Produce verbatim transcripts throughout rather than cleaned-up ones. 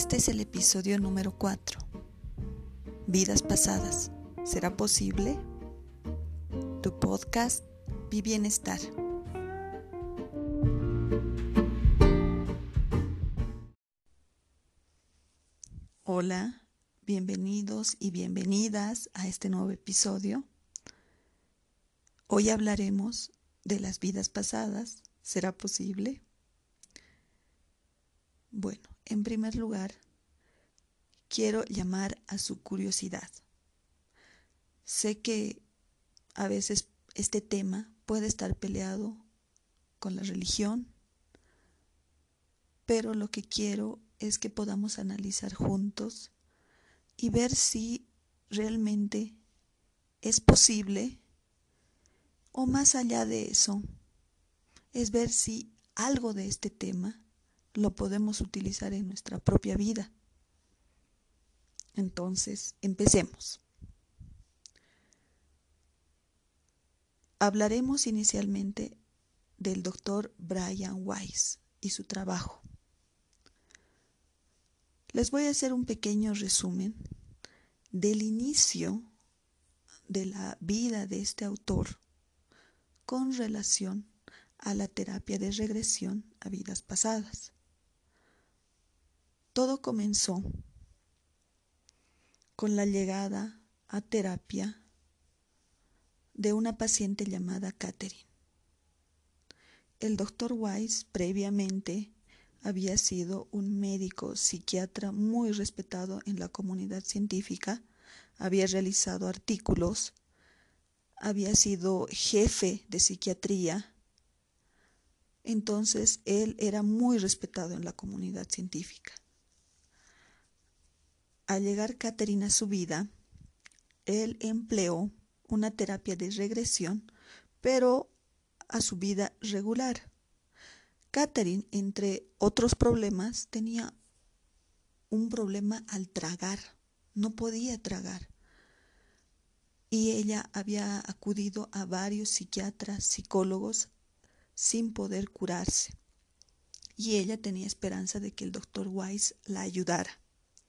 Este es el episodio número cuatro. Vidas pasadas. ¿Será posible? Tu podcast Vi Bienestar. Hola, bienvenidos y bienvenidas a este nuevo episodio. Hoy hablaremos de las vidas pasadas. ¿Será posible? Bueno, en primer lugar, quiero llamar a su curiosidad. Sé que a veces este tema puede estar peleado con la religión, pero lo que quiero es que podamos analizar juntos y ver si realmente es posible, o más allá de eso, es ver si algo de este tema lo podemos utilizar en nuestra propia vida. Entonces, empecemos. Hablaremos inicialmente del doctor Brian Weiss y su trabajo. Les voy a hacer un pequeño resumen del inicio de la vida de este autor con relación a la terapia de regresión a vidas pasadas. Todo comenzó con la llegada a terapia de una paciente llamada Catherine. El doctor Weiss previamente había sido un médico psiquiatra muy respetado en la comunidad científica, había realizado artículos, había sido jefe de psiquiatría. Entonces él era muy respetado en la comunidad científica. Al llegar Catherine a su vida, él empleó una terapia de regresión, pero a su vida regular. Catherine, entre otros problemas, tenía un problema al tragar, no podía tragar. Y ella había acudido a varios psiquiatras, psicólogos, sin poder curarse. Y ella tenía esperanza de que el doctor Weiss la ayudara.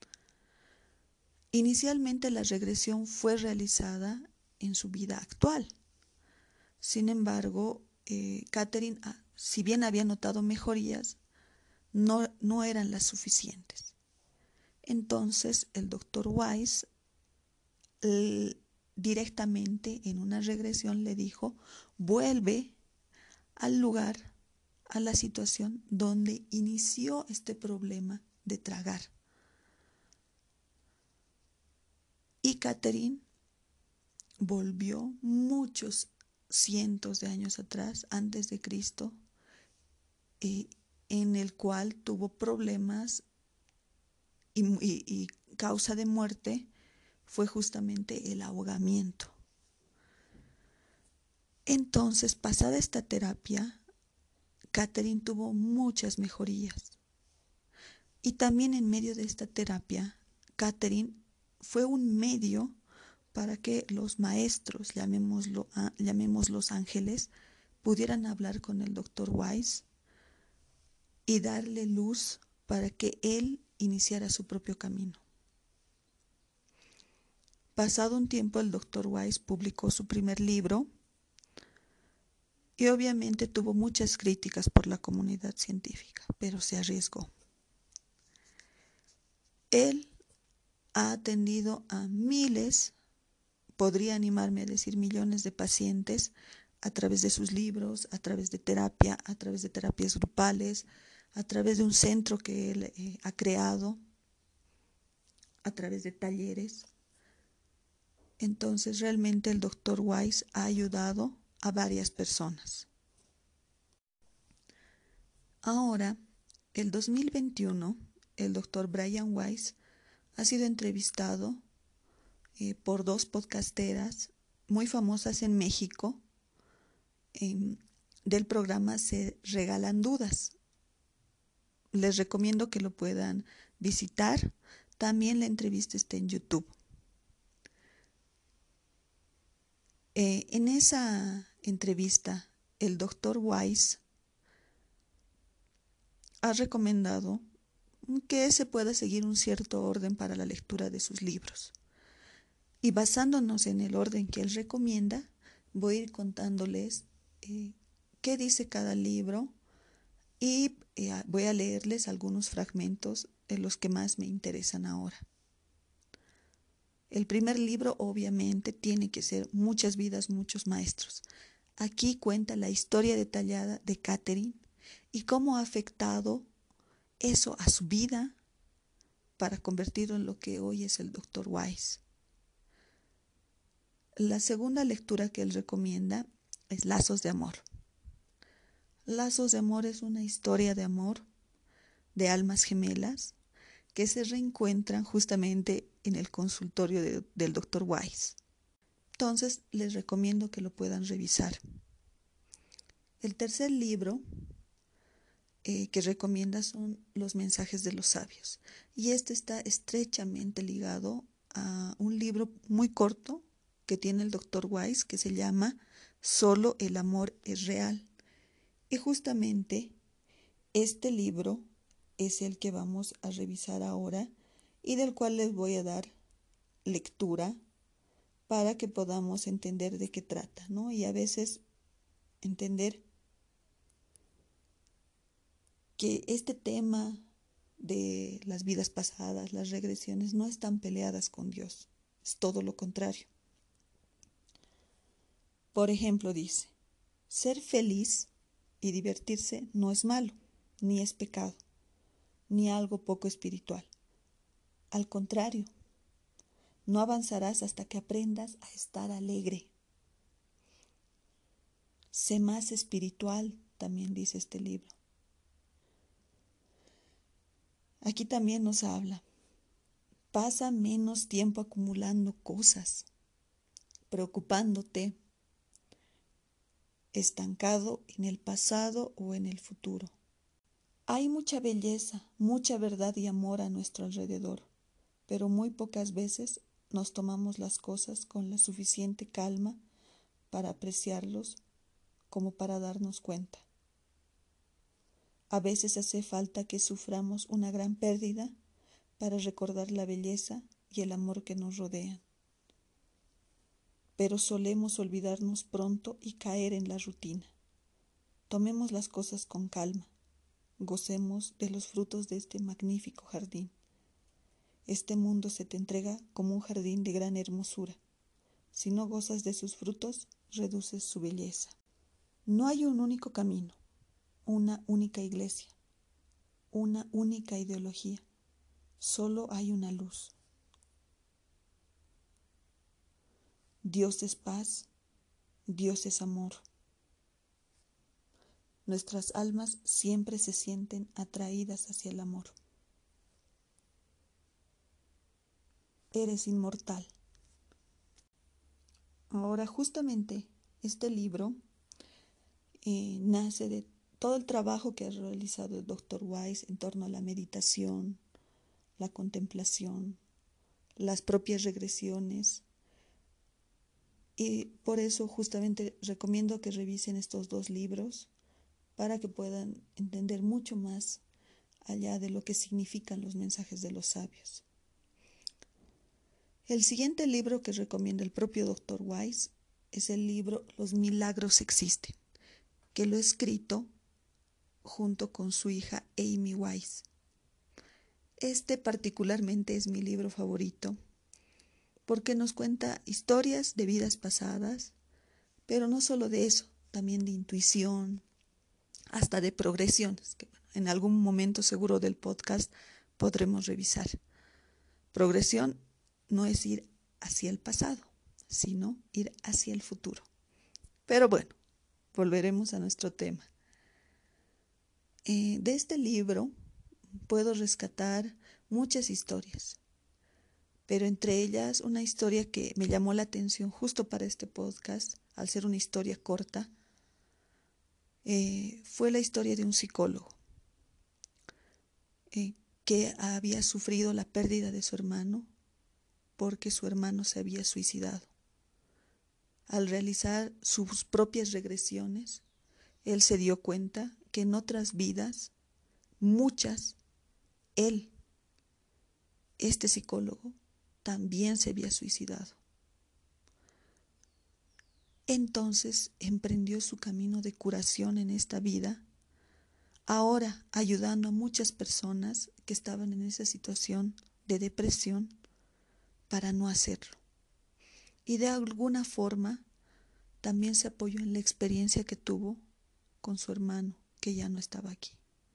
Inicialmente la regresión fue realizada en su vida actual. Sin embargo, eh, Catherine, si bien había notado mejorías, no, no eran las suficientes. Entonces el doctor Weiss el, directamente en una regresión le dijo: vuelve al lugar, a la situación donde inició este problema de tragar. Y Catherine volvió muchos cientos de años atrás, antes de Cristo, eh, en el cual tuvo problemas y, y, y causa de muerte fue justamente el ahogamiento. Entonces, pasada esta terapia, Catherine tuvo muchas mejorías. Y también en medio de esta terapia, Catherine fue un medio para que los maestros, llamémoslo, llamémoslos ángeles, pudieran hablar con el doctor Weiss y darle luz para que él iniciara su propio camino. Pasado un tiempo, el doctor Weiss publicó su primer libro y obviamente tuvo muchas críticas por la comunidad científica, pero se arriesgó. Él ha atendido a miles, podría animarme a decir millones de pacientes a través de sus libros, a través de terapia, a través de terapias grupales, a través de un centro que él eh, ha creado, a través de talleres. Entonces realmente el doctor Weiss ha ayudado a varias personas. Ahora, el dos mil veintiuno, el doctor Brian Weiss ha sido entrevistado eh, por dos podcasteras muy famosas en México, eh, del programa Se Regalan Dudas. Les recomiendo que lo puedan visitar. También la entrevista está en YouTube. Eh, en esa entrevista, el doctor Weiss ha recomendado que se pueda seguir un cierto orden para la lectura de sus libros. Y basándonos en el orden que él recomienda, voy a ir contándoles eh, qué dice cada libro y eh, voy a leerles algunos fragmentos de los que más me interesan ahora. El primer libro obviamente tiene que ser Muchas vidas, muchos maestros. Aquí cuenta la historia detallada de Catherine y cómo ha afectado eso a su vida para convertirlo en lo que hoy es el doctor Weiss. La segunda lectura que él recomienda es Lazos de Amor. Lazos de Amor es una historia de amor de almas gemelas que se reencuentran justamente en el consultorio de, del doctor Weiss. Entonces les recomiendo que lo puedan revisar. El tercer libro eh, que recomienda son Los mensajes de los sabios. Y este está estrechamente ligado a un libro muy corto que tiene el doctor Weiss que se llama Solo el amor es real. Y justamente este libro es el que vamos a revisar ahora y del cual les voy a dar lectura para que podamos entender de qué trata, ¿no? Y a veces entender que este tema de las vidas pasadas, las regresiones, no están peleadas con Dios, es todo lo contrario. Por ejemplo, dice, ser feliz y divertirse no es malo, ni es pecado, ni algo poco espiritual. Al contrario, no avanzarás hasta que aprendas a estar alegre. Sé más espiritual, también dice este libro. Aquí también nos habla. Pasa menos tiempo acumulando cosas, preocupándote, estancado en el pasado o en el futuro. Hay mucha belleza, mucha verdad y amor a nuestro alrededor, pero muy pocas veces nos tomamos las cosas con la suficiente calma para apreciarlos como para darnos cuenta. A veces hace falta que suframos una gran pérdida para recordar la belleza y el amor que nos rodean. Pero solemos olvidarnos pronto y caer en la rutina. Tomemos las cosas con calma. Gocemos de los frutos de este magnífico jardín. Este mundo se te entrega como un jardín de gran hermosura. Si no gozas de sus frutos, reduces su belleza. No hay un único camino, una única iglesia, una única ideología. Solo hay una luz. Dios es paz, Dios es amor. Nuestras almas siempre se sienten atraídas hacia el amor. Eres inmortal. Ahora, justamente este libro eh, nace de todo el trabajo que ha realizado el doctor Weiss en torno a la meditación, la contemplación, las propias regresiones. Y por eso justamente recomiendo que revisen estos dos libros para que puedan entender mucho más allá de lo que significan los mensajes de los sabios. El siguiente libro que recomienda el propio doctor Weiss es el libro Los milagros existen, que lo ha escrito junto con su hija Amy Weiss. Este particularmente es mi libro favorito porque nos cuenta historias de vidas pasadas, pero no solo de eso, también de intuición, hasta de progresiones, que en algún momento seguro del podcast podremos revisar. Progresión no es ir hacia el pasado, sino ir hacia el futuro. Pero bueno, volveremos a nuestro tema. Eh, de este libro puedo rescatar muchas historias, pero entre ellas una historia que me llamó la atención justo para este podcast, al ser una historia corta, eh, fue la historia de un psicólogo eh, que había sufrido la pérdida de su hermano porque su hermano se había suicidado. Al realizar sus propias regresiones, él se dio cuenta que en otras vidas, muchas, él, este psicólogo, también se había suicidado. Entonces emprendió su camino de curación en esta vida, ahora ayudando a muchas personas que estaban en esa situación de depresión para no hacerlo. Y de alguna forma también se apoyó en la experiencia que tuvo con su hermano, que ya no estaba aquí.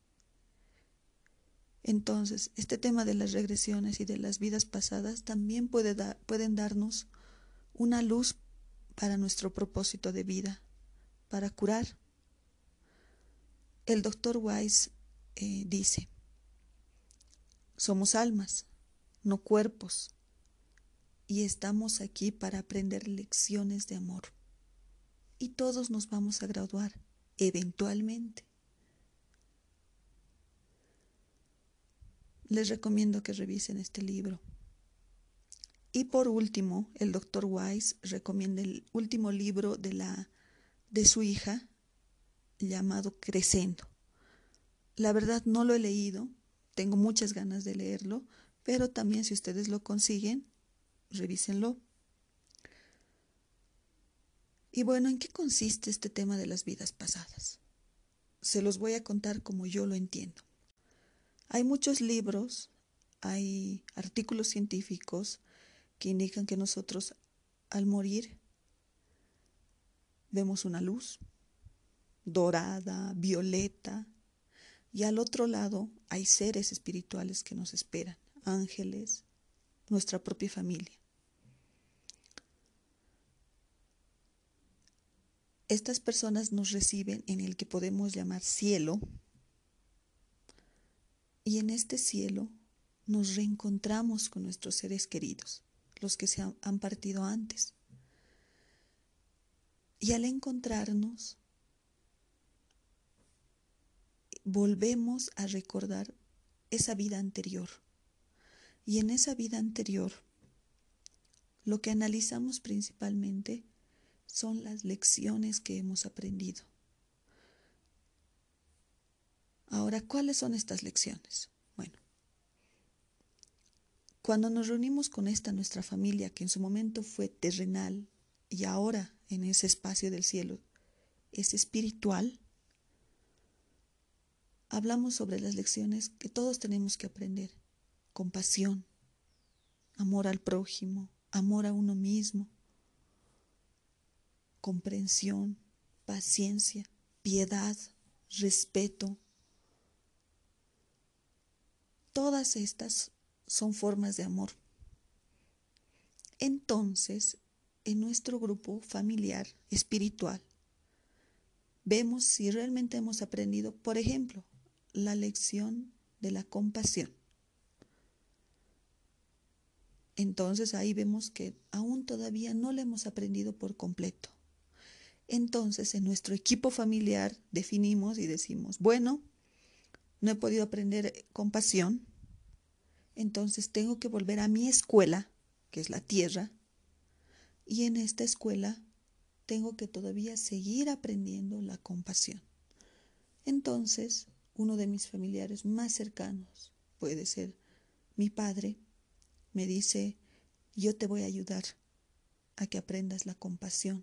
Entonces, este tema de las regresiones y de las vidas pasadas también puede da- pueden darnos una luz para nuestro propósito de vida, para curar. El doctor Weiss eh, dice, somos almas, no cuerpos, y estamos aquí para aprender lecciones de amor. Y todos nos vamos a graduar, eventualmente. Les recomiendo que revisen este libro. Y por último, el doctor Weiss recomienda el último libro de, la, de su hija, llamado Crescendo. La verdad no lo he leído, tengo muchas ganas de leerlo, pero también si ustedes lo consiguen, revísenlo. Y bueno, ¿en qué consiste este tema de las vidas pasadas? Se los voy a contar como yo lo entiendo. Hay muchos libros, hay artículos científicos que indican que nosotros al morir vemos una luz dorada, violeta, y al otro lado hay seres espirituales que nos esperan, ángeles, nuestra propia familia. Estas personas nos reciben en el que podemos llamar cielo, y en este cielo nos reencontramos con nuestros seres queridos, los que se han, han partido antes. Y al encontrarnos, volvemos a recordar esa vida anterior. Y en esa vida anterior, lo que analizamos principalmente son las lecciones que hemos aprendido. Ahora, ¿cuáles son estas lecciones? Bueno, cuando nos reunimos con esta nuestra familia, que en su momento fue terrenal y ahora en ese espacio del cielo es espiritual, hablamos sobre las lecciones que todos tenemos que aprender. Compasión, amor al prójimo, amor a uno mismo, comprensión, paciencia, piedad, respeto. Todas estas son formas de amor. Entonces, en nuestro grupo familiar espiritual, vemos si realmente hemos aprendido, por ejemplo, la lección de la compasión. Entonces ahí vemos que aún todavía no la hemos aprendido por completo. Entonces en nuestro equipo familiar definimos y decimos, bueno, no he podido aprender compasión, entonces tengo que volver a mi escuela, que es la tierra, y en esta escuela tengo que todavía seguir aprendiendo la compasión. Entonces, uno de mis familiares más cercanos, puede ser mi padre, me dice, yo te voy a ayudar a que aprendas la compasión.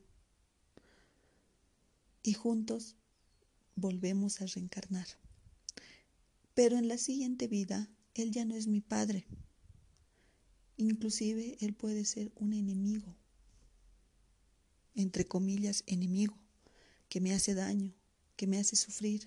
Y juntos volvemos a reencarnar. Pero en la siguiente vida, él ya no es mi padre. Inclusive, él puede ser un enemigo, entre comillas, enemigo, que me hace daño, que me hace sufrir.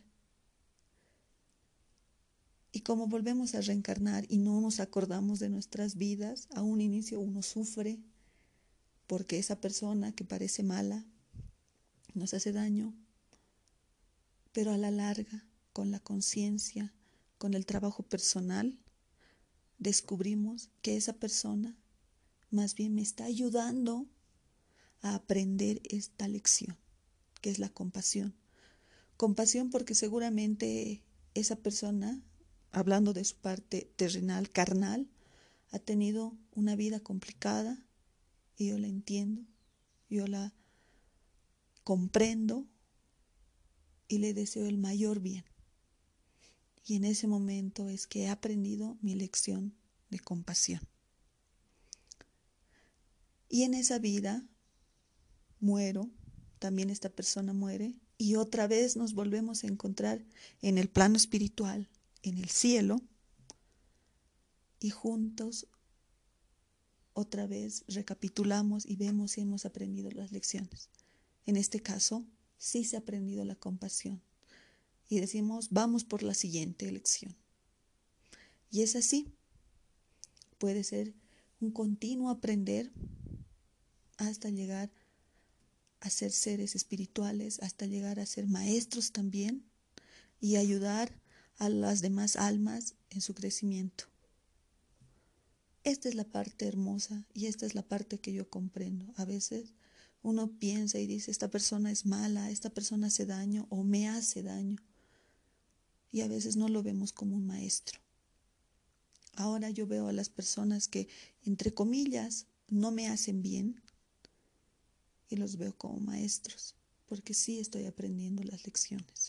Y como volvemos a reencarnar y no nos acordamos de nuestras vidas, a un inicio uno sufre porque esa persona que parece mala nos hace daño, pero a la larga, con la conciencia, con el trabajo personal, descubrimos que esa persona más bien me está ayudando a aprender esta lección, que es la compasión. Compasión porque seguramente esa persona, hablando de su parte terrenal, carnal, ha tenido una vida complicada y yo la entiendo, yo la comprendo y le deseo el mayor bien. y en ese momento es que he aprendido mi lección de compasión. Y en esa vida muero, también esta persona muere, y otra vez nos volvemos a encontrar en el plano espiritual, en el cielo, y juntos otra vez recapitulamos y vemos si hemos aprendido las lecciones. En este caso, sí se ha aprendido la compasión. Y decimos, vamos por la siguiente lección. Y es así. Puede ser un continuo aprender hasta llegar a ser seres espirituales, hasta llegar a ser maestros también y ayudar a las demás almas en su crecimiento. Esta es la parte hermosa y esta es la parte que yo comprendo. A veces uno piensa y dice, esta persona es mala, esta persona hace daño o me hace daño. Y a veces no lo vemos como un maestro. Ahora yo veo a las personas que, entre comillas, no me hacen bien y los veo como maestros, porque sí estoy aprendiendo las lecciones.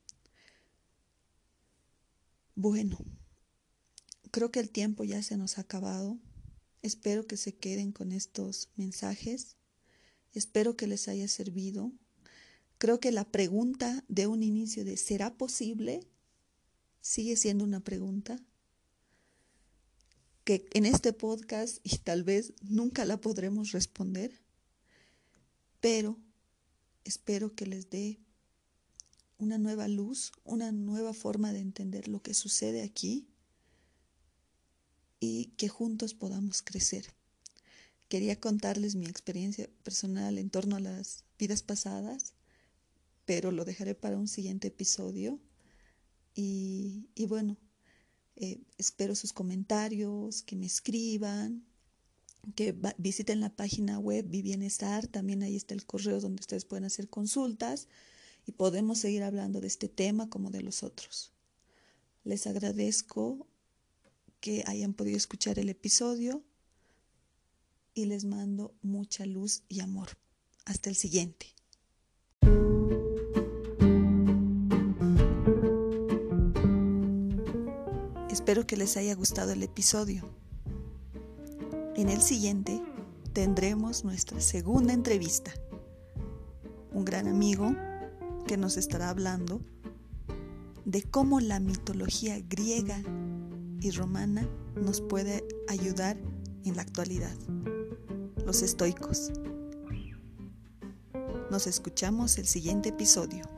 Bueno, creo que el tiempo ya se nos ha acabado. Espero que se queden con estos mensajes. Espero que les haya servido. Creo que la pregunta de un inicio de ¿será posible? Sigue siendo una pregunta que en este podcast y tal vez nunca la podremos responder, pero espero que les dé una nueva luz, una nueva forma de entender lo que sucede aquí y que juntos podamos crecer. Quería contarles mi experiencia personal en torno a las vidas pasadas, pero lo dejaré para un siguiente episodio. Y, y bueno, eh, espero sus comentarios, que me escriban, que va, visiten la página web Bibienestar, también ahí está el correo donde ustedes pueden hacer consultas y podemos seguir hablando de este tema como de los otros. Les agradezco que hayan podido escuchar el episodio y les mando mucha luz y amor. Hasta el siguiente. Espero que les haya gustado el episodio. En el siguiente tendremos nuestra segunda entrevista. Un gran amigo que nos estará hablando de cómo la mitología griega y romana nos puede ayudar en la actualidad. Los estoicos. Nos escuchamos el siguiente episodio.